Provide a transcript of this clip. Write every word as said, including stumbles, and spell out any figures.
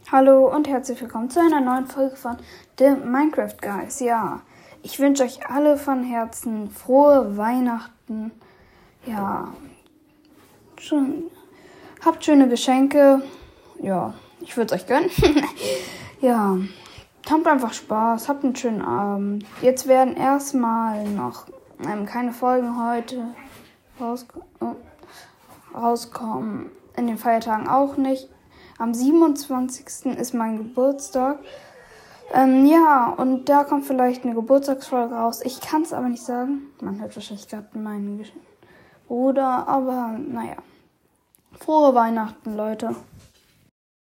Hallo und herzlich willkommen zu einer neuen Folge von The Minecraft Guys. Ja, ich wünsche euch alle von Herzen frohe Weihnachten. Ja, schön, habt schöne Geschenke. Ja, ich würde es euch gönnen. Ja, habt einfach Spaß, habt einen schönen Abend. Jetzt werden erstmal noch ähm, keine Folgen heute rausko- äh, rauskommen. In den Feiertagen auch nicht. Am siebenundzwanzigsten ist mein Geburtstag. Ähm, ja, und da kommt vielleicht eine Geburtstagsfolge raus. Ich kann es aber nicht sagen. Man hört wahrscheinlich gerade meinen Bruder, aber naja. Frohe Weihnachten, Leute.